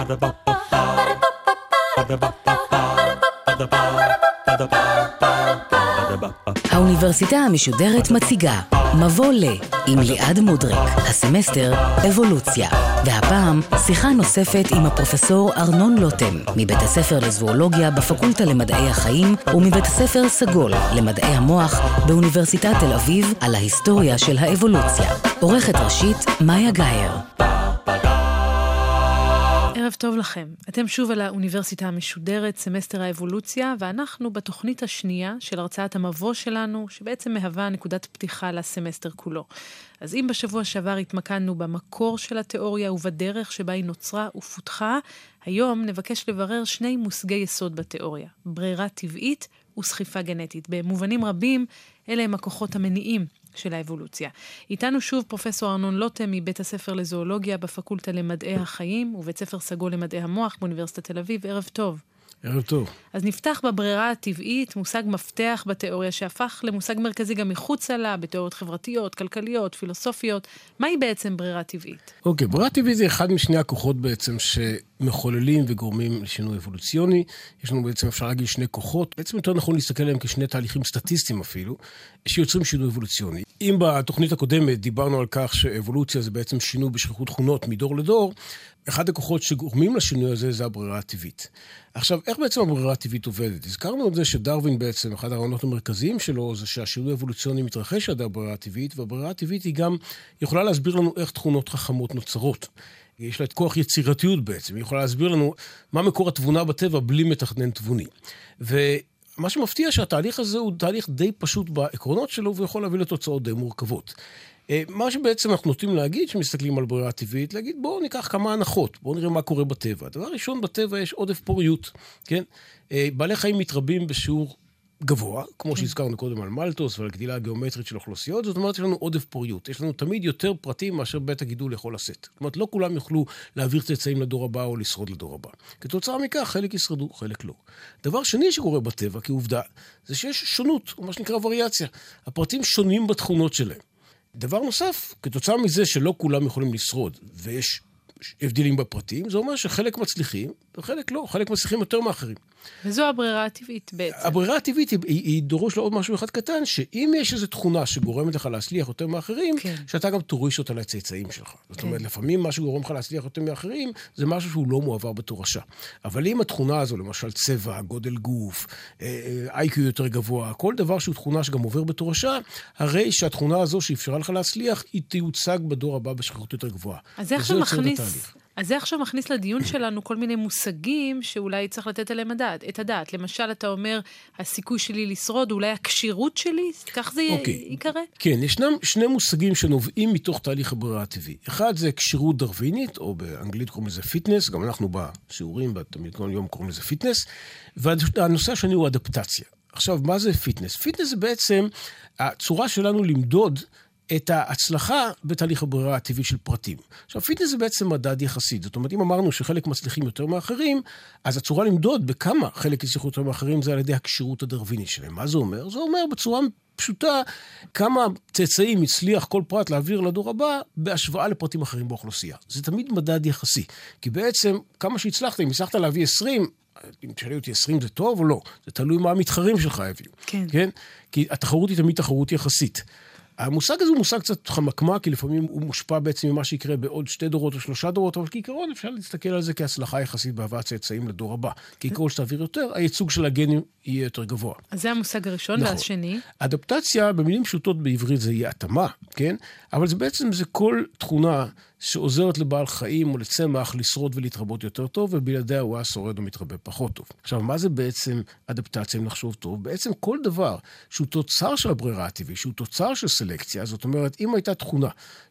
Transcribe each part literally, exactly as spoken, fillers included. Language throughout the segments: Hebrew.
האוניברסיטה המשודרת מציגה מבוא ל עם ליעד מודריק, הסמסטר אבולוציה, והפעם שיחה נוספת עם הפרופסור ארנון לוטם מבית הספר לזואולוגיה בפקולטה למדעי החיים ומבית הספר סגול למדעי המוח באוניברסיטת תל אביב על ההיסטוריה של האבולוציה. עורכת ראשית מאיה גייר. ערב טוב לכם. אתם שוב על האוניברסיטה המשודרת, סמסטר האבולוציה, ואנחנו בתוכנית השנייה של הרצאת המבוא שלנו, שבעצם מהווה נקודת פתיחה לסמסטר כולו. אז אם בשבוע שעבר התמקדנו במקור של התיאוריה ובדרך שבה היא נוצרה ופותחה, היום נבקש לברר שני מושגי יסוד בתיאוריה, ברירה טבעית וסחיפה גנטית. במובנים רבים, אלה הם הכוחות המניעים של האבולוציה. איתנו שוב פרופסור ארנון לוטם מבית הספר לזואולוגיה בפקולטה למדעי החיים ובית ספר סגול למדעי המוח באוניברסיטת תל אביב. ערב טוב. ערב טוב. אז נפתח בברירה הטבעית, מושג מפתח בתיאוריה שהפך למושג מרכזי גם מחוץ לה, בתיאוריות חברתיות, כלכליות, פילוסופיות. מהי בעצם ברירה טבעית? אוקיי, ברירה טבעית זה אחד משני הכוחות בעצם שמחוללים וגורמים לשינוי אבולוציוני. יש לנו בעצם, אפשר להגיד, שני כוחות. בעצם יותר נכון להסתכל עליהם כשני תהליכים סטטיסטיים אפילו, שיוצרים שינוי אבולוציוני. אם בתוכנית הקודמת דיברנו על כך שאבולוציה זה בעצם שינוי בשכיחות תכונות מדור לדור, אחד הכוחות שגורמים לשינוי הזה זה הברירה הטבעית. עכשיו, איך בעצם הברירה הטבעית עובדת? הזכרנו את זה שדרווין בעצם, אחד הרעיונות המרכזיים שלו, זה שהשינוי האבולוציוני מתרחש עד הברירה הטבעית, והברירה הטבעית היא גם יכולה להסביר לנו איך תכונות חכמות נוצרות. יש לה את כוח יצירתיות בעצם, היא יכולה להסביר לנו מה מקור התבונה בטבע בלי מתכנן תבוני. ומה שמפתיע שהתהליך הזה הוא תהליך די פשוט בעקרונות שלו, ויכול להביא לתוצאות די מורכבות. מה שבעצם אנחנו נוטים להגיד, שמסתכלים על ברירה טבעית, להגיד בואו ניקח כמה הנחות, בואו נראה מה קורה בטבע. הדבר ראשון, בטבע יש עודף פוריות, כן? בעלי חיים מתרבים בשיעור גבוה, כמו שהזכרנו קודם על מלטוס ועל גדילה הגיאומטרית של אוכלוסיות, זאת אומרת, יש לנו עודף פוריות. יש לנו תמיד יותר פרטים מאשר בית הגידול יכול לשאת. זאת אומרת, לא כולם יוכלו להעביר צאצאים לדור הבא או לשרוד לדור הבא. כתוצאה מכך, חלק ישרדו, חלק לא. דבר שני שקורה בטבע, כעובדה, זה שיש שונות, או מה שנקרא וריאציה. הפרטים שונים בתכונות שלהם. דבר נוסף, כתוצאה מזה שלא כולם יכולים לשרוד, ויש הבדלים בפרטים, זה אומר שחלק מצליחים, וחלק לא, חלק מצליחים יותר מאחרים. וזו הברירה הטבעית בעצם. הברירה הטבעית היא, היא, היא דורש לעוד משהו אחד קטן, שאם יש איזו תכונה שגורמת לך להצליח יותר מאחרים, כן. שאתה גם תוריש אותה לצאצאים שלך. כן. זאת אומרת, לפעמים מה שגורם לך להצליח יותר מאחרים, זה משהו שהוא לא מועבר בתורשה. אבל אם התכונה הזו, למשל צבע, גודל גוף, איי קיו יותר גבוה, כל דבר שהוא תכונה שגם עובר בתורשה, הרי שהתכונה הזו שאפשרה לך להצליח, היא תיוצג בדור הבא בשכיחות יותר גבוהה. אז איך שמכניס... אז זה עכשיו מכניס לדיון שלנו כל מיני מושגים שאולי צריך לתת עליהם הדעת, את הדעת. למשל, אתה אומר, הסיכוי שלי לשרוד, אולי הקשירות שלי, כך זה okay. יקרה? כן, ישנם שני מושגים שנובעים מתוך תהליך הברירה הטבעי. אחד זה קשירות דרווינית, או באנגלית קוראים לזה פיטנס, גם אנחנו בשיעורים, תמיד כל יום קוראים לזה פיטנס, והנושא השני הוא אדפטציה. עכשיו, מה זה פיטנס? פיטנס זה בעצם הצורה שלנו למדוד את ההצלחה בתהליך הברירה הטבעי של פרטים. עכשיו, פיטנס זה בעצם מדד יחסית. זאת אומרת, אם אמרנו שחלק מצליחים יותר מאחרים, אז הצורה למדוד בכמה חלק יצליחו יותר מאחרים זה על ידי הקשירות הדרווינית שלהם. מה זה אומר? זה אומר בצורה פשוטה כמה צאצאים הצליח כל פרט להעביר לדור הבא בהשוואה לפרטים אחרים באוכלוסייה. זה תמיד מדד יחסי. כי בעצם כמה שהצלחת, אם הצלחת להביא עשרים, אם תשאלי אותי עשרים זה טוב או לא? זה תלוי מה המתחרים שלך הביאו. כן. כן? כי התחרות היא תמיד תחרות יחסית. המושג הזה הוא מושג קצת חמקמה, כי לפעמים הוא מושפע בעצם ממה שיקרה בעוד שתי דורות או שלושה דורות, אבל כעיקרון אפשר להסתכל על זה כהצלחה יחסית בהבאת צאצאים לדור הבא. כעיקרון שתעביר יותר, הייצוג של הגנים יהיה יותר גבוה. אז זה המושג הראשון, נכון. והשני? אדפטציה, במילים פשוטות בעברית זה יהיה התאמה, כן? אבל זה בעצם זה כל תכונה שעוזרת לבעל חיים או לצמח לשרוד ולהתרבות יותר טוב, ובלעדיה הוא היה שורד או מתרבה פחות טוב. עכשיו, מה זה בעצם אדפטציה, אם נחשוב טוב? בעצם כל דבר שהוא תוצר של הברירה הטבעית, שהוא תוצר של סלקציה, זאת אומרת, אם הייתה תכונה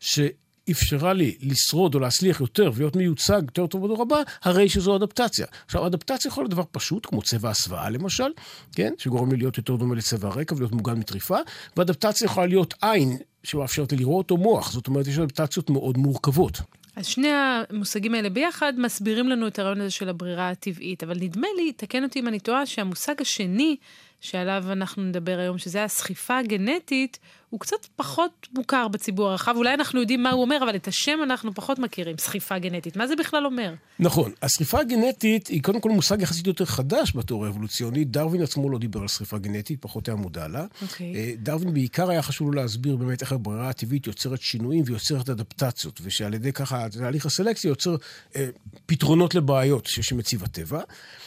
שאפשרה לי לשרוד או להצליח יותר ולהיות מיוצג יותר טוב בדור הבא, הרי שזו אדפטציה. עכשיו, אדפטציה יכול להיות דבר פשוט, כמו צבע הסוואה למשל, כן? שגורם לי להיות יותר דומה לצבע הרקע ולהיות מוגן מטריפה, ואדפטציה יכולה להיות עין שמאפשרת לי לראות או מוח. זאת אומרת, יש אדפטציות מאוד מורכבות. אז שני המושגים האלה ביחד מסבירים לנו את הרעיון הזה של הברירה הטבעית, אבל נדמה לי, תקן אותי אם אני טועה, שהמושג השני שעליו אנחנו נדבר היום, שזה הסחיפה הגנטית, הוא קצת פחות מוכר בציבור הרחב. אולי אנחנו יודעים מה הוא אומר, אבל את השם אנחנו פחות מכירים, סחיפה גנטית. מה זה בכלל אומר? נכון. הסחיפה הגנטית היא קודם כל מושג יחסית יותר חדש בתיאוריה האבולוציונית. דרווין עצמו לא דיבר על סחיפה גנטית, פחות היה מודע לה. Okay. דרווין בעיקר היה חשוב לו להסביר באמת איך הברירה הטבעית יוצרת שינויים ויוצרת אדפטציות, ושעל ידי ככה תהליך הסלקציה יוצר אה, פתרונות לבעיות שמציב הטבע.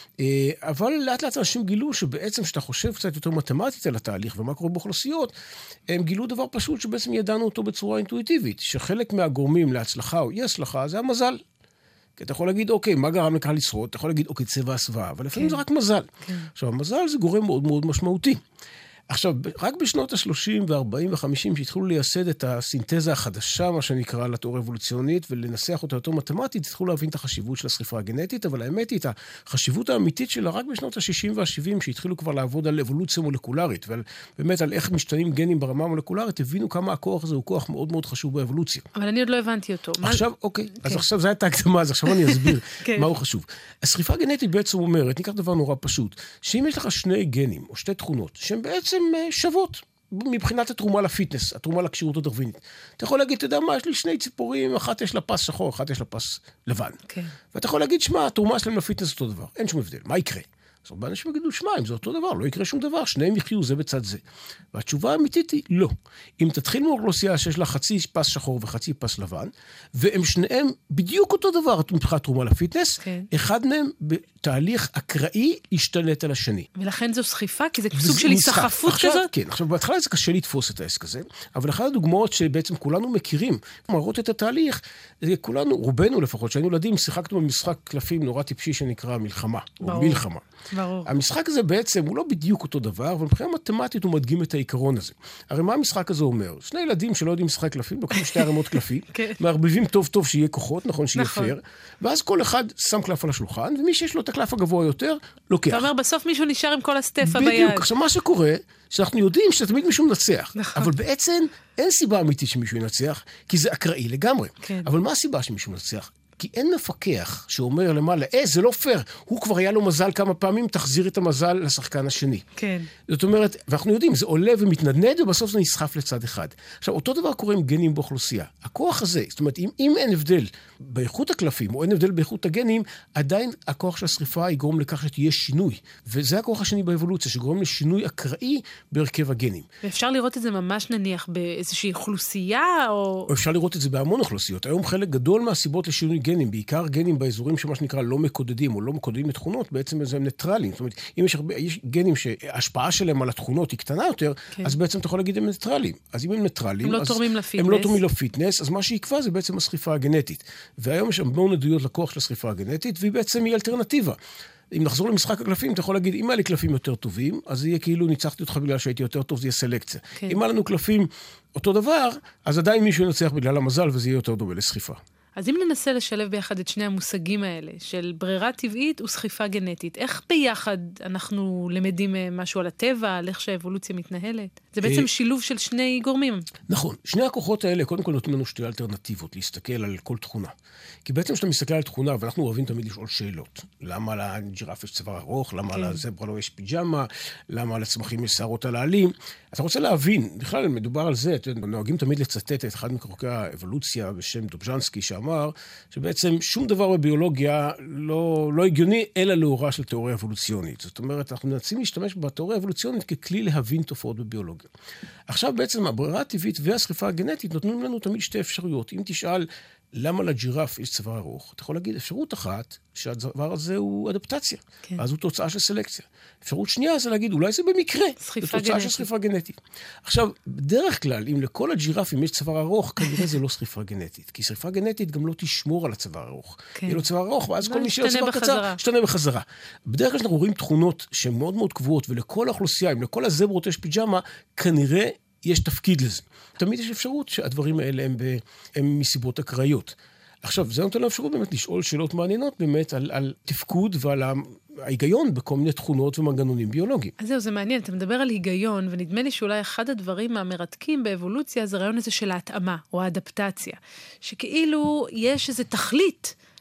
אבל לאט לאט אנשים גילו שבעצם שאתה חושב קצת יותר מתמטית על התהליך ומה קורה באוכלוסיות, הם גילו דבר פשוט שבעצם ידענו אותו בצורה אינטואיטיבית, שחלק מהגורמים להצלחה או אי הצלחה זה המזל. כי אתה יכול להגיד, אוקיי, מה גרם לך לשרוד? אתה יכול להגיד, אוקיי, צבע הסוואה, אבל לפעמים כן. זה רק מזל. כן. עכשיו, המזל זה גורם מאוד מאוד משמעותי. עכשיו, רק בשנות ה-שלושים ו-ארבעים ו-חמישים שהתחילו לייסד את הסינתזה החדשה, מה שנקרא, לתיאוריה האבולוציונית, ולנסח אותה יותר מתמטית, התחילו להבין את החשיבות של הסחיפה הגנטית, אבל האמת היא, את החשיבות האמיתית שלה רק בשנות ה-שישים וה-שבעים, שהתחילו כבר לעבוד על אבולוציה מולקולרית, ובאמת על איך משתנים גנים ברמה המולקולרית, הבינו כמה הכוח הזה הוא כוח מאוד מאוד חשוב באבולוציה. אבל אני עוד לא הבנתי אותו. עכשיו, אוקיי, אז עכשיו זה הייתה הקדמה, אז עכשיו אני אסביר מה הוא חשוב. הסחיפה הגנטית בעצם אומרת, ניקח דבר נורא פשוט, שאם יש לך שני גנים או שתי תכונות, שהן בעצם שוות מבחינת התרומה לפיטנס, התרומה לקשירות הדרווינית. אתה יכול להגיד, אתה יודע מה, יש לי שני ציפורים, אחת יש לה פס שחור, אחת יש לה פס לבן. Okay. ואתה יכול להגיד, שמה, התרומה שלהם לפיטנס אותו דבר. אין שום הבדל. מה יקרה? אז הרבה אנשים יגידו, שמה, אם זה אותו דבר, לא יקרה שום דבר, שניהם יחיו זה בצד זה. והתשובה האמיתית היא, לא. אם תתחיל מאוכלוסייה שיש לה חצי פס שחור וחצי פס לבן, והם שניהם בדיוק אותו דבר, מבחינת תרומה לפיטנס, okay. אחד מהם בתהליך אקראי ישתלט על השני. ולכן זו סחיפה, כי זה סוג של הסחפות כזאת? כן, עכשיו בהתחלה זה קשה לתפוס את העסק הזה, אבל אחת הדוגמאות שבעצם כולנו מכירים, מראות את התהליך, כולנו, רובנו לפחות, שהיינו ילדים, שיחקנו במשחק קלפים נורא טיפשי שנקרא מלחמה, או מלחמה. ברור. המשחק הזה בעצם הוא לא בדיוק אותו דבר, אבל מבחינה מתמטית הוא מדגים את העיקרון הזה. הרי מה המשחק הזה אומר? שני ילדים שלא יודעים משחק קלפים, לוקחים שתי ערימות קלפים, מערבבים טוב טוב שיהיה כוחות, נכון שיהיה פייר, ואז כל אחד שם קלף על השולחן, ומי שיש לו את הקלף הגבוה יותר, לוקח. אתה אומר, בסוף מישהו נשאר עם כל הסטפה ביד. בדיוק. עכשיו מה שקורה, שאנחנו יודעים שתמיד מישהו מנצח, אבל בעצם אין סיבה אמיתית שמישהו ינצח, כי זה אקראי לגמרי. אבל מה הסיבה שמישהו מנצח? כי אין מפקח שאומר למעלה, אה, זה לא פייר, הוא כבר היה לו מזל כמה פעמים, תחזיר את המזל לשחקן השני. כן. זאת אומרת, ואנחנו יודעים, זה עולה ומתנדנד, ובסוף זה נסחף לצד אחד. עכשיו, אותו דבר קורה עם גנים באוכלוסייה. הכוח הזה, זאת אומרת, אם, אם אין הבדל באיכות הקלפים, או אין הבדל באיכות הגנים, עדיין הכוח של השריפה יגרום לכך שתהיה שינוי. וזה הכוח השני באבולוציה, שגורם לשינוי אקראי בהרכב הגנים. ואפשר לראות את זה ממש נניח באיזושהי אוכלוסייה, או... או אפשר לראות את זה בהמון אוכלוסיות. היום חלק גדול מהסיבות לשינוי גנים, בעיקר גנים באזורים שמה שנקרא לא מקודדים או לא מקודדים לתכונות, בעצם הם ניטרליים. זאת אומרת, אם יש, הרבה, יש גנים שההשפעה שלהם על התכונות היא קטנה יותר, כן. אז בעצם אתה יכול להגיד הם ניטרליים. אז אם הם ניטרליים, הם לא תורמים לפיטנס. הם לא תורמים לפיטנס, אז מה שיקבע זה בעצם הסחיפה הגנטית. והיום יש המון עדויות לכוח של הסחיפה הגנטית, והיא בעצם היא אלטרנטיבה. אם נחזור למשחק הקלפים, אתה יכול להגיד, אם היה לי קלפים יותר טובים, אז יהיה כאילו ניצחתי אותך בגלל שהייתי יותר טוב, זה יהיה סלקציה. כן. אם היה לנו קלפים אותו דבר, אז עדיין מישהו ינצח בגלל המזל, וזה יהיה יותר דומה לסחיפה. אז אם ננסה לשלב ביחד את שני המושגים האלה, של ברירה טבעית וסחיפה גנטית, איך ביחד אנחנו למדים משהו על הטבע, על איך שהאבולוציה מתנהלת? זה בעצם שילוב של שני גורמים. נכון. שני הכוחות האלה, קודם כל נותנים לנו שתי אלטרנטיבות, להסתכל על כל תכונה. כי בעצם כשאתה מסתכל על תכונה, ואנחנו אוהבים תמיד לשאול שאלות. למה לג'ירף יש צוואר ארוך? למה לזברה לא יש פיג'מה? למה לצמחים יש שערות על העלים? אתה רוצה להבין, בכלל מדובר על זה, נוהגים תמיד לצטט את אחד מקורקי האבולוציה בשם דובז'נסקי, שאמר שבעצם שום דבר בביולוגיה לא, לא הגיוני, אלא להוראה של תיאוריה אבולוציונית. זאת אומרת, אנחנו מנסים להשתמש בתיאוריה האבולוציונית ככלי להבין תופעות בביולוגיה. עכשיו בעצם הברירה הטבעית והסחיפה הגנטית נותנים לנו תמיד שתי אפשרויות. אם תשאל למה לג'ירף יש צוואר ארוך, אתה יכול להגיד אפשרות אחת שהדבר הזה הוא אדפטציה, כן. אז הוא תוצאה של סלקציה. אפשרות שנייה זה להגיד אולי זה במקרה, זה תוצאה גנטית. של סחיפה גנטית. עכשיו, בדרך כלל, אם לכל הג'ירפים יש צוואר ארוך, כנראה זה לא סחיפה גנטית, כי סחיפה גנטית גם לא תשמור על הצוואר ארוך. כן. יהיה לו צוואר ארוך, ואז כל מי שיהיה צוואר קצר, ישתנה בחזרה. בדרך כלל שאנחנו רואים תכונות שהן מאוד מאוד קבועות, ולכל האוכלוסייה, אם לכל הזברות יש פיג'מה, כנראה יש תפקיד לזה. תמיד יש אפשרות שהדברים האלה הם, ב, הם מסיבות אקראיות. עכשיו, זה נותן לנו אפשרות באמת לשאול שאלות מעניינות באמת על, על תפקוד ועל ההיגיון בכל מיני תכונות ומנגנונים ביולוגיים. אז זהו, זה מעניין. אתה מדבר על היגיון, ונדמה לי שאולי אחד הדברים המרתקים באבולוציה זה רעיון הזה של ההתאמה או האדפטציה. שכאילו יש איזו תכלית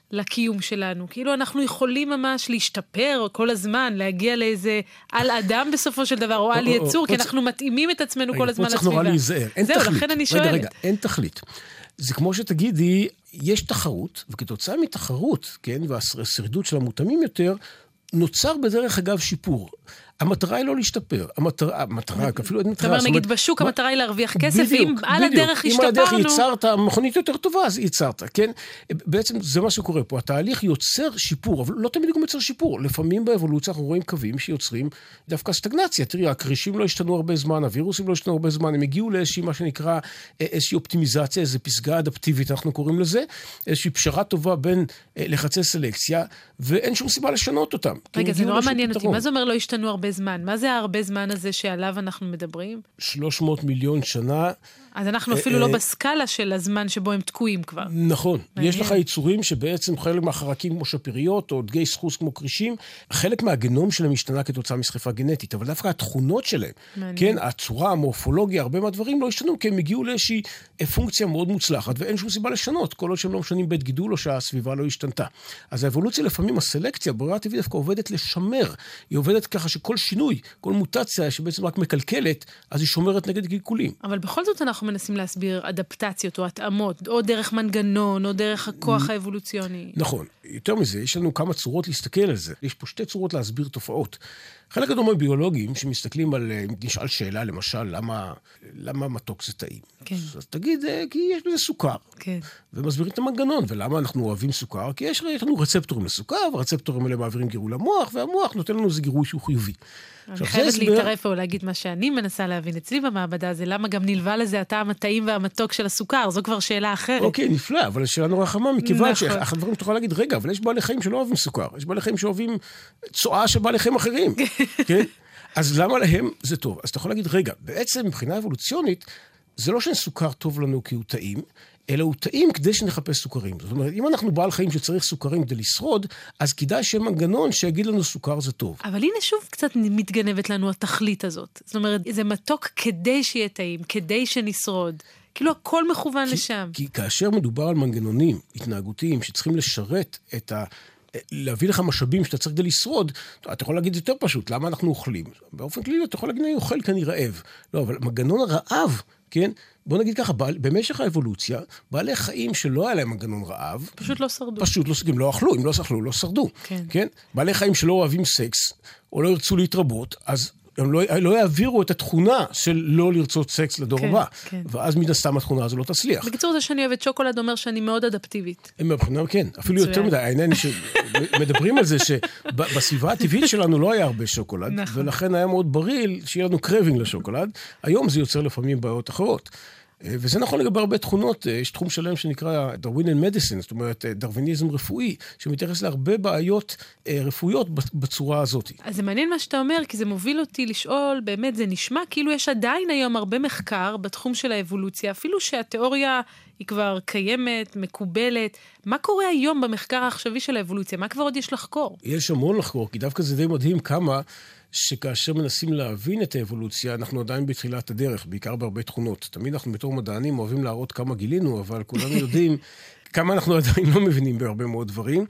לקיום שלנו. כאילו אנחנו יכולים ממש להשתפר כל הזמן, להגיע לאיזה על אדם בסופו של דבר, או על יצור, כי אנחנו מתאימים את עצמנו כל הזמן לסביבה. פה צריך נורא להיזהר, אין תכלית. זהו, לכן אני שואלת. רגע, רגע, אין תכלית. זה כמו שתגידי, יש תחרות, וכתוצאה מתחרות, כן, והשרידות של המותאמים יותר, נוצר בדרך אגב שיפור. המטרה היא לא להשתפר. המטרה, המטרה, אפילו אין מטרה. זאת אומרת, נגיד בשוק המטרה היא להרוויח כסף, ואם על הדרך השתפרנו... אם על הדרך ייצרת מכונית יותר טובה, אז ייצרת, כן? בעצם זה מה שקורה פה. התהליך יוצר שיפור, אבל לא תמיד הוא יוצר שיפור. לפעמים באבולוציה אנחנו רואים קווים שיוצרים דווקא סטגנציה. תראי, הקרישים לא השתנו הרבה זמן, הווירוסים לא השתנו הרבה זמן, הם הגיעו לאיזושהי מה שנקרא איזושהי אופטימיזציה, איזו פסגה אדפטיבית, אנחנו קוראים לזה, איזושהי פשרה טובה בין לחצי סלקציה, ואין שום סיבה לשנות אותם. רגע, זה נורא מעניין אותי. מה זה אומר לא השתנו הרבה זמן? מה זה הרבה זמן הזה שעליו אנחנו מדברים? שלוש מאות מיליון שנה. אז אנחנו אפילו לא בסקאלה של הזמן שבו הם תקועים כבר. נכון. יש לך יצורים שבעצם חלק מהחרקים כמו שפיריות, או דגי סחוס כמו קרישים, חלק מהגנום שלהם השתנה כתוצאה מסחיפה גנטית, אבל דווקא התכונות שלהם, כן, הצורה, המורפולוגיה, הרבה מהדברים לא השתנו, כי הם הגיעו לאיזושהי פונקציה מאוד מוצלחת, ואין שום סיבה לשנות, כל עוד שהם לא משנים בית גידול, או שהסביבה לא השתנתה. אז האבולוציה לפעמים, הסלקציה, הברירה הטבעית דווקא עובדת לשמר. היא עובדת ככה שכל שינוי, כל מוטציה שבעצם רק מקלקלת, אז היא שומרת נגד גלגולים. אבל בכל זאת אנחנו מנסים להסביר אדפטציות או התאמות, או דרך מנגנון, או דרך הכוח האבולוציוני. נכון. יותר מזה, יש לנו כמה צורות להסתכל על זה. יש פה שתי צורות להסביר תופעות. חלק גדול מהביולוגים שמסתכלים על, אם נשאל שאלה, למשל, למה, למה מתוק זה טעים? כן. אז תגיד, כי יש בזה סוכר. כן. ומסבירים את המנגנון, ולמה אנחנו אוהבים סוכר? כי יש, יש לנו רצפטורים לסוכר, והרצפטורים האלה מעבירים גירוי למוח, והמוח נותן לנו איזה גירוי שהוא חיובי. אני חייבת להתערף או להגיד מה שאני מנסה להבין אצלי במעבדה, זה למה גם נלווה לזה הטעם הטעים והמתוק של הסוכר, זו כבר שאלה אחרת. אוקיי, נפלא, אבל השאלה נורא חמה, מכיוון שאחד הדברים תוכל להגיד, רגע, אבל יש בעלי חיים שלא אוהבים סוכר, יש בעלי חיים שאוהבים צואה של בעלי חיים אחרים, כן? אז למה להם זה טוב? אז אתה יכול להגיד, רגע, בעצם מבחינה אבולוציונית, זה לא שסוכר טוב לנו כי הוא טעים, אלא הוא טעים כדי שנחפש סוכרים. זאת אומרת, אם אנחנו בעל חיים שצריך סוכרים כדי לשרוד, אז כדאי שיהיה מנגנון שיגיד לנו סוכר זה טוב. אבל הנה שוב קצת מתגנבת לנו התכלית הזאת. זאת אומרת, זה מתוק כדי שיהיה טעים, כדי שנשרוד. כאילו הכל מכוון כי, לשם. כי כאשר מדובר על מנגנונים התנהגותיים שצריכים לשרת את ה... להביא לך משאבים שאתה צריך כדי לשרוד, אתה יכול להגיד יותר פשוט, למה אנחנו אוכלים? באופן כללי, אתה יכול להגיד, אני אוכל כי אני רעב. לא, אבל מנגנון הרעב, כן? בוא נגיד ככה, במשך האבולוציה, בעלי חיים שלא היה להם מנגנון רעב, פשוט לא שרדו. פשוט לא, הם לא אכלו, אם לא אכלו, לא שרדו. כן. כן? בעלי חיים שלא אוהבים סקס, או לא ירצו להתרבות, אז הם לא, לא יעבירו את התכונה של לא לרצות סקס לדור הבא. כן, כן. ואז מן הסתם התכונה הזו לא תצליח. בקיצור, זה שאני אוהבת שוקולד אומר שאני מאוד אדפטיבית. מבחינה, כן. אפילו יותר מדי. העניין שמדברים על זה שבסביבה הטבעית שלנו לא היה הרבה שוקולד, נכון. ולכן היה מאוד בריא שיהיה לנו קרבינג לשוקולד. היום זה יוצר לפעמים בעיות אחרות. וזה נכון לגבי הרבה תכונות, יש תחום שלם שנקרא דרוויניאן מדיסין, זאת אומרת דרוויניזם רפואי, שמתייחס להרבה בעיות רפואיות בצורה הזאת. אז זה מעניין מה שאתה אומר, כי זה מוביל אותי לשאול, באמת זה נשמע כאילו יש עדיין היום הרבה מחקר בתחום של האבולוציה, אפילו שהתיאוריה היא כבר קיימת, מקובלת. מה קורה היום במחקר העכשווי של האבולוציה? מה כבר עוד יש לחקור? יש המון לחקור, כי דווקא זה די מדהים כמה שכאשר מנסים להבין את האבולוציה, אנחנו עדיין בתחילת הדרך, בעיקר בהרבה תכונות. תמיד אנחנו בתור מדענים אוהבים להראות כמה גילינו, אבל כולנו יודעים כמה אנחנו עדיין לא מבינים בהרבה מאוד דברים.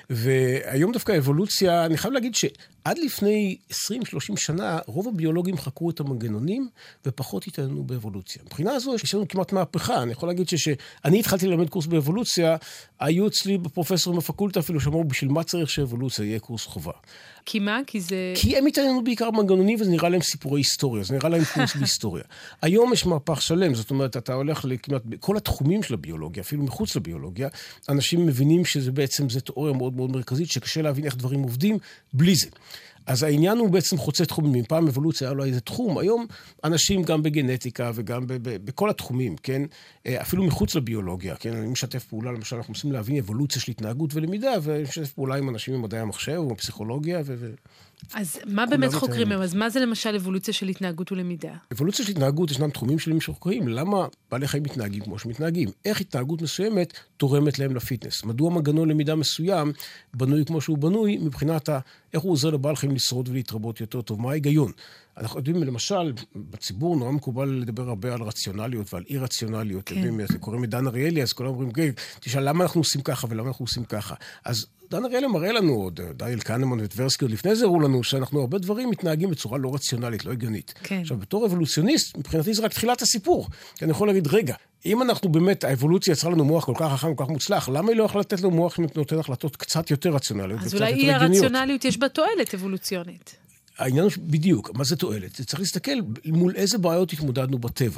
והיום דווקא האבולוציה, אני חייב להגיד שעד לפני עשרים שלושים שנה, רוב הביולוגים חקרו את המנגנונים, ופחות התעניינו באבולוציה. מבחינה הזו, יש לנו כמעט מהפכה. אני יכול להגיד שאני התחלתי ללמד קורס באבולוציה, היו אצלי בפרופסורים בפקולטה, אפילו שאמרו, בשביל מה צריך שאבולוציה יהיה קורס חובה. כי מה? כי זה... כי הם התעניינו בעיקר במנגנונים, וזה נראה להם סיפורי היסטוריה, זה נראה להם קורס בהיסטוריה. היום יש מהפך שלם, זאת אומרת, אתה הולך לכמעט בכל התחומים של הביולוגיה, אפילו מחוץ לביולוגיה, אנשים מבינים שזה בעצם, זה תיאוריה מאוד מאוד מרכזית, שקשה להבין איך דברים עובדים בלי זה. אז העניין הוא בעצם חוצה תחומים. פעם אבולוציה היה לו איזה תחום. היום אנשים גם בגנטיקה וגם ב- ב- בכל התחומים, כן? אפילו מחוץ לביולוגיה, כן? אני משתף פעולה, למשל, אנחנו מנסים להבין אבולוציה של התנהגות ולמידה, ואני משתף פעולה עם אנשים ממדעי המחשב או בפסיכולוגיה ו... ו- אז מה באמת חוקרים היום? אז מה זה למשל אבולוציה של התנהגות ולמידה? אבולוציה של התנהגות ישנם תחומים שלמים שחוקרים. למה בעלי חיים מתנהגים כמו שמתנהגים? איך התנהגות מסוימת תורמת להם לפיטנס? מדוע מנגנון למידה מסוים בנוי כמו שהוא בנוי מבחינת ה... איך הוא עוזר לבעל חיים יכולים לשרוד ולהתרבות יותר טוב. מה ההיגיון? אנחנו יודעים, למשל, בציבור נורא מקובל לדבר הרבה על רציונליות ועל אי-רציונליות. כן. יודעים, קוראים לדן אריאלי, אז כולם אומרים, תשאל, למה אנחנו עושים ככה ולמה אנחנו עושים ככה? אז דן אריאלי מראה לנו, עוד דניאל קנמן וטברסקי, עוד לפני זה הראו לנו שאנחנו הרבה דברים מתנהגים בצורה לא רציונלית, לא הגיונית. כן. עכשיו, בתור אבולוציוניסט, מבחינתי זה רק תחילת הסיפור. כי אני יכול להגיד, רגע, אם אנחנו באמת, האבולוציה יצרה לנו מוח כל כך חכם, כל כך מוצלח, למה היא לא יכולה לתת לנו מוח שנותן החלטות קצת יותר רציונליות? אז אולי אי הרציונליות יש בה תועלת אבולוציונית. העניין הוא בדיוק, מה זה תועלת? זה צריך להסתכל מול איזה בעיות התמודדנו בטבע.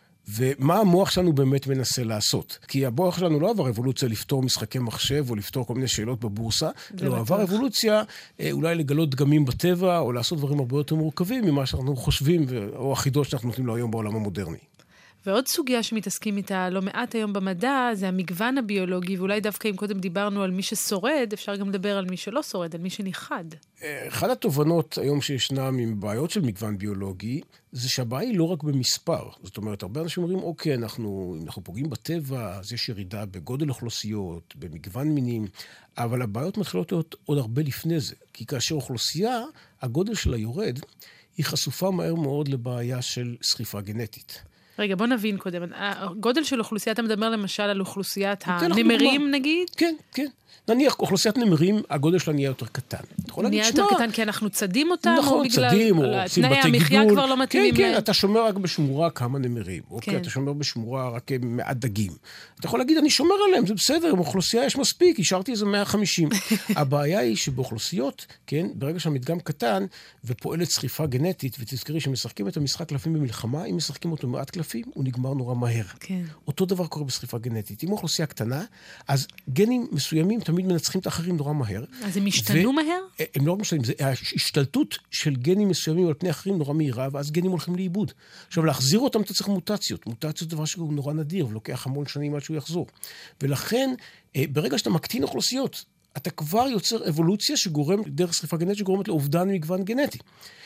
ומה המוח שלנו באמת מנסה לעשות. כי המוח שלנו לא עבר אבולוציה לפתור משחקי מחשב, או לפתור כל מיני שאלות בבורסה, לא עבר אבולוציה אולי לגלות דגמים בטבע, או לעשות דברים הרבה יותר מורכבים ממה שאנחנו חושבים, או החידות שאנחנו נותנים לו היום בעולם המודרני. ועוד סוגיה שמתעסקים איתה לא מעט היום במדע, זה המגוון הביולוגי, ואולי דווקא אם קודם דיברנו על מי ששורד, אפשר גם לדבר על מי שלא שורד, על מי שניחד. אחד התובנות היום שישנם עם בעיות של מגוון ביולוגי, זה שהבעיה היא לא רק במספר. זאת אומרת, הרבה אנשים אומרים, אוקיי, אנחנו, אם אנחנו פוגעים בטבע, אז יש ירידה בגודל אוכלוסיות, במגוון מינים, אבל הבעיות מתחילות להיות עוד הרבה לפני זה. כי כאשר אוכלוסייה, הגודל שלה יורד, היא חשופה מהר מאוד לבעיה של שריפה גנטית. רגע, בוא נבין קודם. הגודל של אוכלוסייה, אתה מדבר למשל על אוכלוסיית הנמרים, נגיד? כן, כן. נניח, אוכלוסיית נמרים, הגודל שלה נהיה יותר קטן. נהיה יותר קטן כי אנחנו צדים אותם? נכון, צדים, או עושים בתי גידול. תנאי המחיה כבר לא מתאימים להם. כן, כן, אתה שומר רק בשמורה כמה נמרים. אוקיי, אתה שומר בשמורה רק מעט דגים. אתה יכול להגיד, אני שומר עליהם, זה בסדר, עם אוכלוסייה יש מספיק, השארתי איזה מאה וחמישים. הבעיה היא שבאוכלוסיות, כן, ברגע שהמדגם קטן ופועלת שריפה גנטית, ותזכרי שמשחקים את המשחק קלפים במלחמה, אם משחקים אותו מעט קלפים, הוא נגמר נורא מהר. כן. אותו דבר קורה בשריפה גנטית. אם אוכלוסייה קטנה, אז גנים מסוימים תמיד מנצחים את האחרים נורא מהר. אז הם השתנו ו- מהר? הם לא רק משתנים, זה ההשתלטות של גנים מסוימים על פני אחרים נורא מהירה, ואז גנים הולכים לאיבוד. עכשיו, להחזיר אותם אתה צריך מוטציות. מוטציות זה דבר שהוא נורא נדיר, ולוקח המון שנים עד שהוא יחזור. ולכן, ברגע שאתה מקטין אוכלוסיות, אתה כבר יוצר אבולוציה שגורם, דרך שריפה גנטית שגורמת לאובדן מגוון גנטי.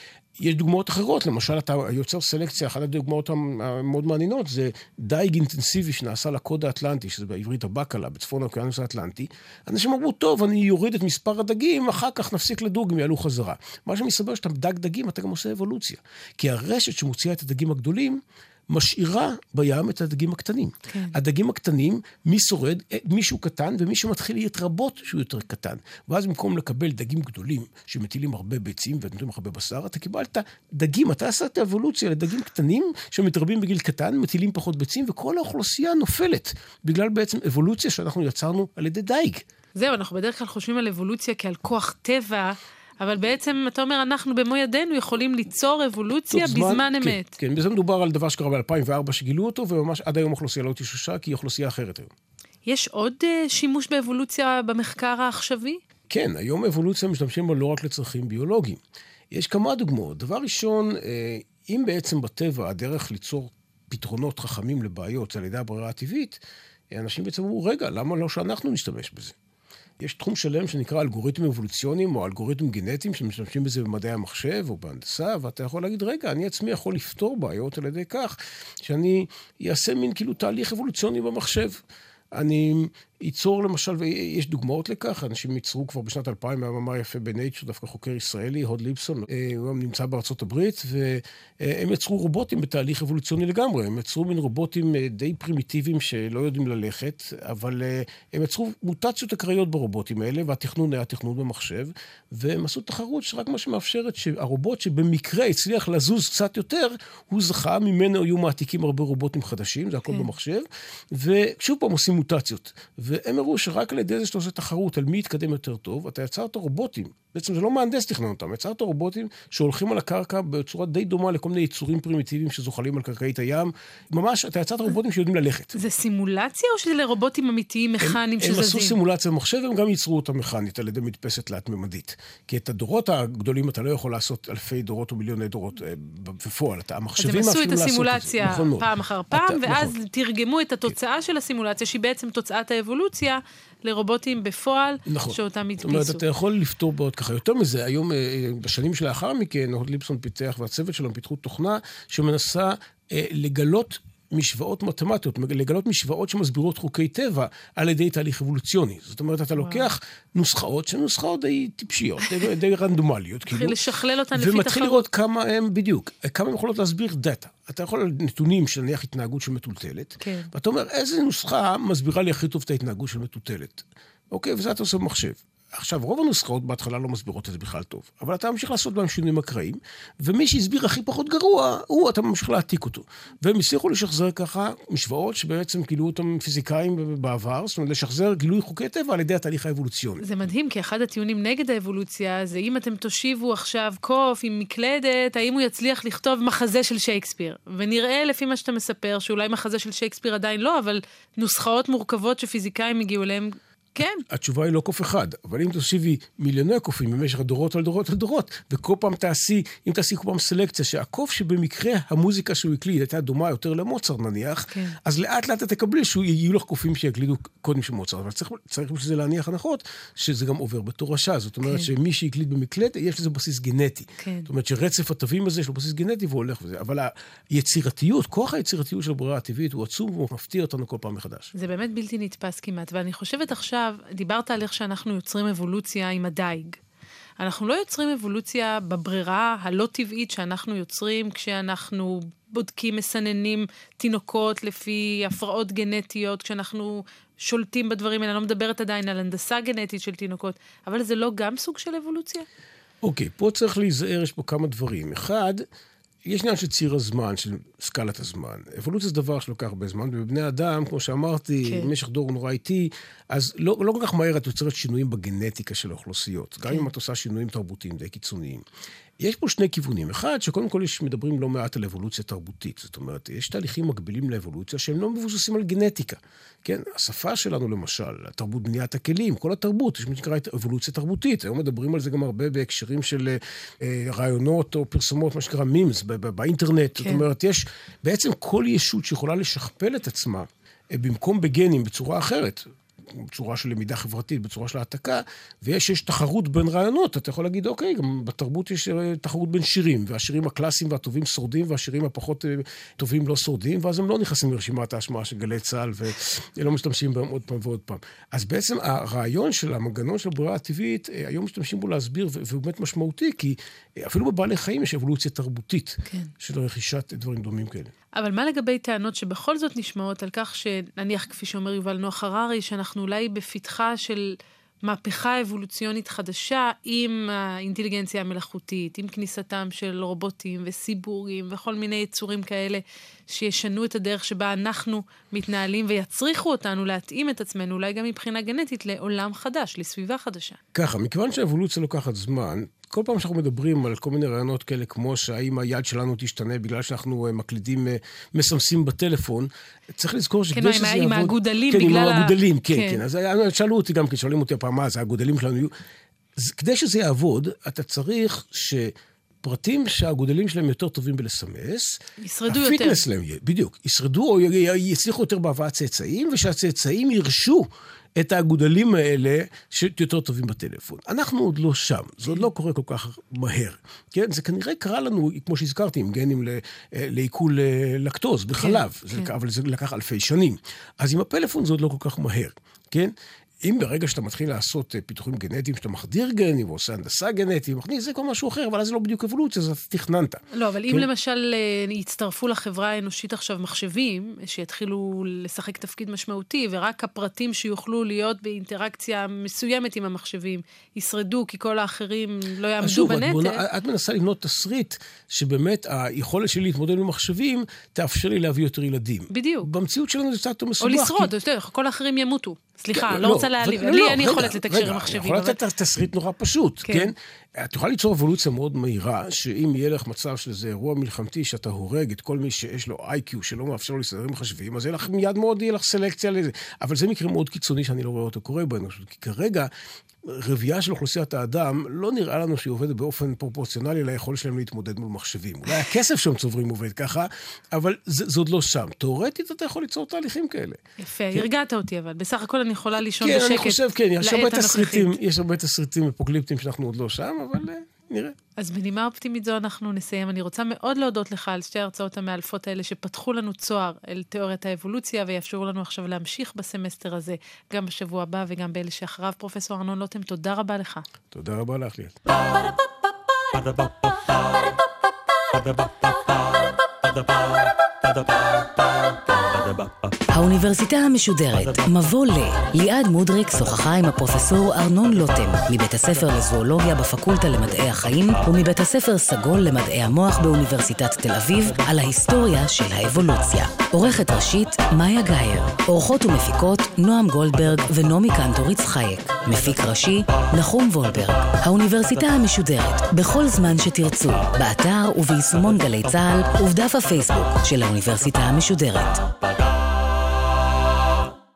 יש דוגמאות אחרות, למשל אתה יוצר סלקציה, אחת הדוגמאות המאוד מעניינות, זה דייג אינטנסיבי שנעשה לקוד האטלנטי, שזה בעברית הבקלה, בצפון האוקיינוס האטלנטי. אנשים אמרו, טוב, אני יוריד את מספר הדגים, אחר כך נפסיק לדוג, הם יעלו חזרה. מה שמסתבר שאתה דג דגים, אתה גם עושה אבולוציה. כי הרשת שמוציאה את הדגים הגדולים, משאירה בים את הדגים הקטנים. כן. הדגים הקטנים, מי שורד? מישהו קטן, ומי שמתחיל להתרבות שהוא יותר קטן. ואז במקום לקבל דגים גדולים, שמטילים הרבה ביצים ונותנים הרבה בשר, אתה קיבלת דגים, אתה עשה את האבולוציה לדגים קטנים, שמתרבים בגיל קטן, מטילים פחות ביצים, וכל האוכלוסייה נופלת, בגלל בעצם אבולוציה שאנחנו יצרנו על ידי דייג. זהו, אנחנו בדרך כלל חושבים על אבולוציה כעל כוח טבע, אבל בעצם, אתה אומר, אנחנו במו ידינו יכולים ליצור אבולוציה זמן, בזמן כן, אמת. כן, בזה מדובר על דבר שקרה ב-אלפיים וארבע שגילו אותו, וממש עד היום אוכלוסייה לא תשושה, כי היא אוכלוסייה אחרת היום. יש עוד uh, שימוש באבולוציה במחקר העכשווי? כן, היום אבולוציה משתמשים בה לא רק לצרכים ביולוגיים. יש כמה דוגמאות. דבר ראשון, אם בעצם בטבע הדרך ליצור פתרונות חכמים לבעיות על ידי הברירה הטבעית, אנשים בעצם אמרו, רגע, למה לא שאנחנו נשתמש בזה? יש תחום שלם שנקרא אלגוריתמים אבולוציוניים או אלגוריתמים גנטיים שמשתמשים בזה במדעי המחשב או בהנדסה, ואתה יכול להגיד, רגע, אני עצמי יכול לפתור בעיות על ידי כך שאני אעשה מין כאילו תהליך אבולוציוני במחשב. אני ייצור למשל, ויש דוגמאות לכך, אנשים ייצרו כבר בשנת אלפיים, היה מאמר יפה ב-Nature, דווקא חוקר ישראלי, הוד ליפסון, הוא נמצא בארצות הברית, והם יצרו רובוטים בתהליך אבולוציוני לגמרי, הם יצרו מין רובוטים די פרימיטיביים שלא יודעים ללכת, אבל הם יצרו מוטציות אקראיות ברובוטים האלה, והתכנון היה תכנון במחשב, והם עשו תחרות שרק מה שמאפשרת שהרובוט שבמקרה הצליח לזוז קצת יותר, הוא זכה, ממנו היו מעתיקים הרבה רובוטים חדשים, זה הכל במחשב, ושוב פעם עושים מוטציות. והם הראו שרק על ידי זה שאתה עושה תחרות על מי יתקדם יותר טוב, אתה יצרת רובוטים. בעצם זה לא מהנדס תכנון אותם, יצרת רובוטים שהולכים על הקרקע בצורה די דומה לכל מיני יצורים פרימיטיביים שזוחלים על קרקעית הים. ממש, אתה יצרת רובוטים שיודעים ללכת. זה סימולציה או שזה רובוטים אמיתיים מכניים שזזים? הם עשו סימולציה במחשב, הם גם ייצרו אותה מכנית על ידי מדפסת תלת-ממדית. כי את הדורות הגדולים אתה לא יכול לעשות אלפי דורות או מיליוני דורות בפועל. אז הם עשו את הסימולציה פעם אחר פעם, ואז תרגמו את התוצאה של הסימולציה, שהיא בעצם תוצאת האבולוציה, לרובוטים בפועל, נכון. שאותם הדפיסו. זאת אומרת, אתה יכול לפתור בעוד ככה. יותר מזה, היום, בשנים שלאחר מכן, הוד ליפסון פיתח, והצוות שלהם פיתחו תוכנה, שמנסה אה, לגלות משוואות מתמטיות, לגלות משוואות שמסבירות חוקי טבע על ידי תהליך אבולוציוני. זאת אומרת, אתה לוקח נוסחאות שהן נוסחאות די טיפשיות, די, די רנדומליות. מתחיל לשכלל אותן לפי תחרות. ומתחיל לראות כמה הם בדיוק, כמה הם יכולות להסביר דאטה. אתה יכול על נתונים של נניח התנהגות של מטולטלת, כן. ואתה אומר, איזה נוסחה מסבירה לי הכי טוב את ההתנהגות של מטולטלת. אוקיי, וזה אתה עושה במחשב. עכשיו, רוב הנוסחאות בהתחלה לא מסבירות את זה בכלל טוב, אבל אתה ממשיך לעשות בהם שינויים אקראיים, ומי שהסביר הכי פחות גרוע, הוא, אתה ממשיך להעתיק אותו. והם הצליחו לשחזר ככה משוואות שבעצם גילו אותם פיזיקאים בעבר, זאת אומרת, לשחזר גילוי חוקי טבע על ידי התהליך האבולוציוני. זה מדהים, כי אחד הטיעונים נגד האבולוציה, זה אם אתם תושיבו עכשיו קוף עם מקלדת, האם הוא יצליח לכתוב מחזה של שייקספיר. ונראה לפי מה שאתה מספר, שאולי מחזה של שייקספיר עדיין לא, אבל נוסחאות מורכבות שפיזיקאים הגיעו אליהם, כן. התשובה היא לא קוף אחד, אבל אם תוסיפי מיליוני קופים במשך דורות על דורות על דורות, וכל פעם תעשי, אם תעשי כל פעם סלקציה, שהקוף שבמקרה המוזיקה שהוא הקליד הייתה דומה יותר למוצרט נניח, כן. אז לאט לאט אתה תקבלי שיהיו לך קופים שיקלידו קודם של מוצרט, אבל צריך, צריך בשביל זה להניח הנחות, שזה גם עובר בתורשה, זאת אומרת כן. שמי שהקליד במקלט, יש לזה בסיס גנטי. כן. זאת אומרת שרצף התווים הזה יש לו בסיס גנטי והוא הולך וזה, אבל היצירתיות, כוח היצירתיות של הברירה הטבעית הוא עצום והוא מפתיע אותנו כל פעם מחדש. זה באמת בלתי נתפס כמעט, ואני חושבת עכשיו, דיברת על איך שאנחנו יוצרים אבולוציה עם הדייג. אנחנו לא יוצרים אבולוציה בברירה הלא טבעית שאנחנו יוצרים כשאנחנו בודקים, מסננים תינוקות לפי הפרעות גנטיות, כשאנחנו שולטים בדברים האלה. אני לא מדברת עדיין על הנדסה גנטית של תינוקות, אבל זה לא גם סוג של אבולוציה? אוקיי, פה צריך להיזהר, יש פה כמה דברים. אחד, יש עניין של ציר הזמן, של סקלת הזמן. אבולוציה זה דבר שלוקח הרבה זמן, ובבני אדם, כמו שאמרתי, כן. במשך דור נורא איטי, אז לא, לא כל כך מהר את יוצרת שינויים בגנטיקה של האוכלוסיות. כן. גם אם את עושה שינויים תרבותיים די קיצוניים. יש פה שני כיוונים. אחד, שקודם כל יש מדברים לא מעט על אבולוציה תרבותית. זאת אומרת, יש תהליכים מקבילים לאבולוציה שהם לא מבוססים על גנטיקה. כן? השפה שלנו למשל, התרבות בניית הכלים, כל התרבות, יש מה שנקרא אבולוציה תרבותית. היום מדברים על זה גם הרבה בהקשרים של אה, רעיונות או פרסומות, מה שנקרא מימס, באינטרנט. כן. זאת אומרת, יש בעצם כל ישות שיכולה לשכפל את עצמה אה, במקום בגנים בצורה אחרת. בצורה של למידה חברתית, בצורה של העתקה, ויש יש תחרות בין רעיונות. אתה יכול להגיד, אוקיי, גם בתרבות יש תחרות בין שירים, והשירים הקלאסיים והטובים שורדים, והשירים הפחות טובים לא שורדים, ואז הם לא נכנסים לרשימת ההשמעה של גלי צה"ל, ולא משתמשים בהם עוד פעם ועוד פעם. אז בעצם הרעיון של המנגנון של הברירה הטבעית, היום משתמשים בו להסביר, והוא באמת משמעותי, כי אפילו בבעלי חיים יש אבולוציה תרבותית, כן. של רכישת דברים דומים כאלה. אבל מה לגבי טענות שבכל זאת נשמעות על כך שנניח, כפי שאומר יובל נוח הררי, שאנחנו אולי בפתחה של מהפכה אבולוציונית חדשה עם האינטליגנציה המלאכותית, עם כניסתם של רובוטים וסיבורים וכל מיני יצורים כאלה שישנו את הדרך שבה אנחנו מתנהלים ויצריכו אותנו להתאים את עצמנו, אולי גם מבחינה גנטית, לעולם חדש, לסביבה חדשה. ככה, מכיוון שהאבולוציה לוקחת זמן, כל פעם שאנחנו מדברים על כל מיני רעיונות כאלה, כמו שהאם היד שלנו תשתנה בגלל שאנחנו מקלידים, מסמסים בטלפון, צריך לזכור שכדי שזה יעבוד... כן, עם האגודלים כן, בגלל ה... כן, עם האגודלים, כן, כן. אז שאלו אותי גם, כי שואלים אותי הפעם מה, זה האגודלים שלנו יהיו... כדי שזה יעבוד, אתה צריך ש... פרטים שהאגודלים שלהם יותר טובים בלסמס, ישרדו יותר. הפיטנס שלהם, בדיוק, ישרדו או יצליחו יותר בהבאת צאצאים, ושהצאצאים ירשו את האגודלים האלה שיותר טובים בטלפון. אנחנו עוד לא שם, זה עוד לא קורה כל כך מהר. כן? זה כנראה קרה לנו, כמו שהזכרתי, עם גנים לעיכול לקטוז בחלב, כן, זה, כן. אבל זה לקח אלפי שנים. אז עם הפלאפון זה עוד לא כל כך מהר. כן? אם ברגע שאתה מתחיל לעשות פיתוחים גנטיים, שאתה מחדיר גנים ועושה הנדסה גנטית, זה כל משהו אחר, אבל אז זה לא בדיוק אבולוציה, אז תכננת. לא, אבל אם למשל יצטרפו לחברה האנושית עכשיו מחשבים, שיתחילו לשחק תפקיד משמעותי, ורק הפרטים שיוכלו להיות באינטראקציה מסוימת עם המחשבים, ישרדו, כי כל האחרים לא יעמדו בנטל. את מנסה לבנות תסריט, שבאמת היכולת שלי להתמודד עם מחשבים, תאפשר לי להביא יותר ילדים. בדיוק. במציאות שלנו זה קצת מסובך. או לשרוד, כל האחרים ימותו. סליחה, לא רוצה להעליב. לי אין יכולת לתקשר עם מחשבים. יכול לתת תסריט נורא פשוט, כן? את יכולה ליצור אבולוציה מאוד מהירה, שאם יהיה לך מצב של איזה אירוע מלחמתי, שאתה הורג את כל מי שיש לו איי קיו, שלא מאפשר לו להסתדר עם מחשבים, אז יהיה לך מיד מאוד, יהיה לך סלקציה לזה. אבל זה מקרה מאוד קיצוני שאני לא רואה אותו קורה באנושות, כי כרגע רבייה של אוכלוסיית האדם לא נראה לנו שהיא עובדת באופן פרופורציונלי ליכולת שלהם להתמודד מול מחשבים. אולי הכסף שהם צוברים עובד ככה, אבל זה, זה עוד לא שם. תיאורטית אתה יכול ליצור תהליכים כאלה. יפה, כן. הרגעת אותי אבל. בסך הכל אני יכולה לישון כן, בשקט. אני חושב, כן, יש הרבה תסריטים, יש הרבה תסריטים אפוקליפטיים שאנחנו עוד לא שם, אבל נראה. אז בנימה אופטימית זו אנחנו נסיים. אני רוצה מאוד להודות לך על שתי ההרצאות המאלפות האלה שפתחו לנו צוהר אל תיאוריית האבולוציה, ויאפשרו לנו עכשיו להמשיך בסמסטר הזה, גם בשבוע הבא וגם באלה שאחריו. פרופסור ארנון לוטם, תודה רבה לך. תודה רבה לך, ליאת. האוניברסיטה המשודרת, מבוא ל. ליעד מודריק שוחחה עם הפרופסור ארנון לוטם, מבית הספר לזואולוגיה בפקולטה למדעי החיים, ומבית הספר סגול למדעי המוח באוניברסיטת תל אביב, על ההיסטוריה של האבולוציה. עורכת ראשית, מאיה גייר. עורכות ומפיקות, נועם גולדברג ונעמי קנטוריץ חייק. מפיק ראשי, נחום וולברג. האוניברסיטה המשודרת, בכל זמן שתרצו, באתר וביישומון גלי צהל, ובדף הפייסבוק של האוניברסיטה המשודרת.